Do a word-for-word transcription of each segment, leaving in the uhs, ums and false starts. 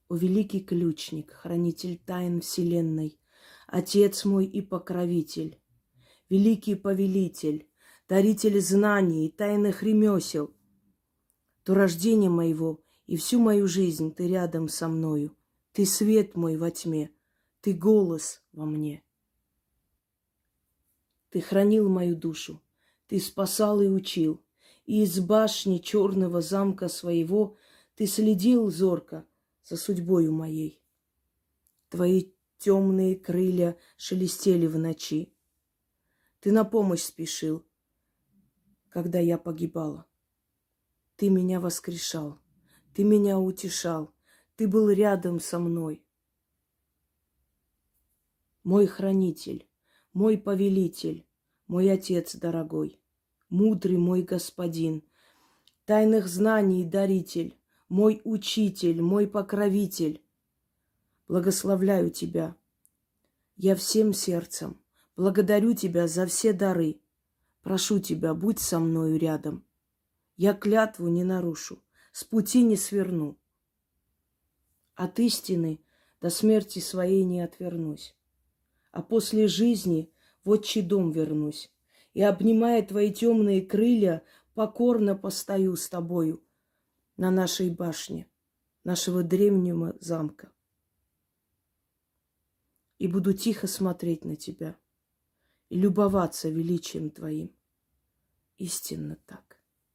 О великий ключник, хранитель тайн вселенной, Отец мой и покровитель, великий повелитель, даритель знаний и тайных ремесел, до рождения моего и всю мою жизнь ты рядом со мною. Ты свет мой во тьме, ты голос во мне. Ты хранил мою душу, ты спасал и учил, и из башни черного замка своего ты следил зорко за судьбою моей. Твои темные крылья шелестели в ночи. Ты на помощь спешил, когда я погибала. Ты меня воскрешал, ты меня утешал, ты был рядом со мной. Мой хранитель, мой повелитель, мой отец дорогой, мудрый мой господин, тайных знаний даритель, мой учитель, мой покровитель. Благословляю тебя. Я всем сердцем благодарю тебя за все дары. Прошу тебя, будь со мною рядом. Я клятву не нарушу, с пути не сверну. От истины до смерти своей не отвернусь. А после жизни в отчий дом вернусь. И, обнимая твои темные крылья, покорно постою с тобою на нашей башне, нашего древнего замка. И буду тихо смотреть на тебя и любоваться величием твоим. Истинно так.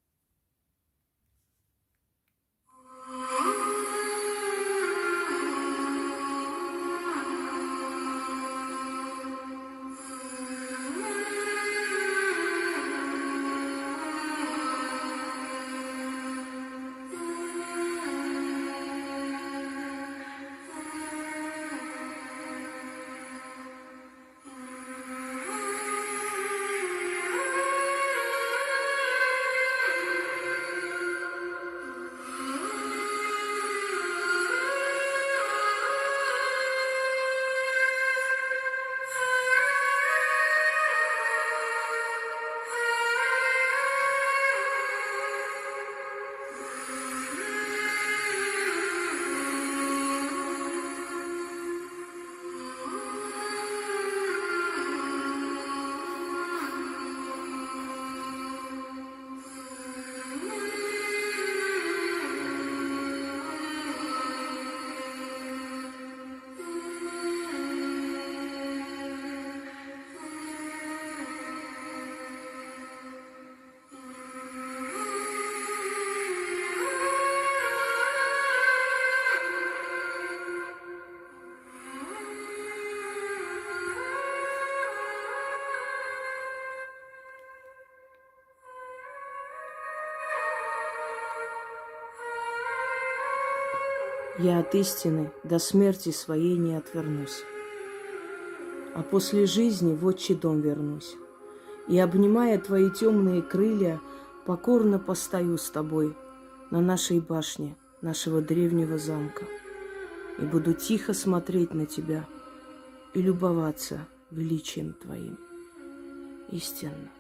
Я от истины до смерти своей не отвернусь, а после жизни в отчий дом вернусь. И, обнимая твои темные крылья, покорно постою с тобой на нашей башне, нашего древнего замка. И буду тихо смотреть на тебя и любоваться величием твоим. Истинно.